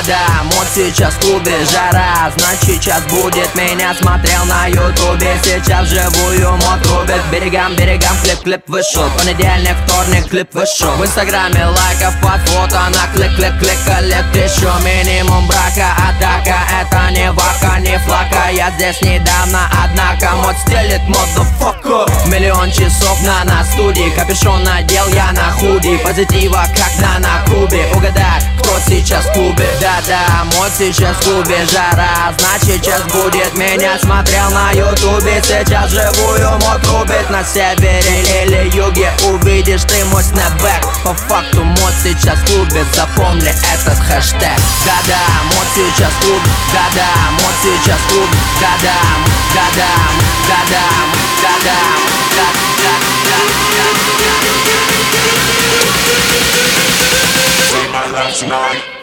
Да-да, мод сейчас в клубе, жара, значит сейчас будет. Меня смотрел на ютубе, сейчас живую мод рубит. Берегам, клип вышел. Понедельник, вторник, клип вышел. В инстаграме лайков под фото на клик, коллект еще. Минимум брака, атака, это не вака, не флака. Я здесь недавно, однако мод стелит, motherfucker. Миллион часов на студии, капюшон надел я на худи. Позитива, как на Кубе. Угадай, кто сейчас в клубе? Да-да, мод сейчас в клубе, жара, значит сейчас будет. Меня смотрел на ютубе, сейчас живую мод рубит. На севере или юге увидишь ты мой снэпбэк. По факту мод сейчас в клубе, запомни этот хэштег. Да-да, мод сейчас в клубе, да-да, мод сейчас в клубе, да-да, да-да, да-да, да-да, да-да. Say my life tonight.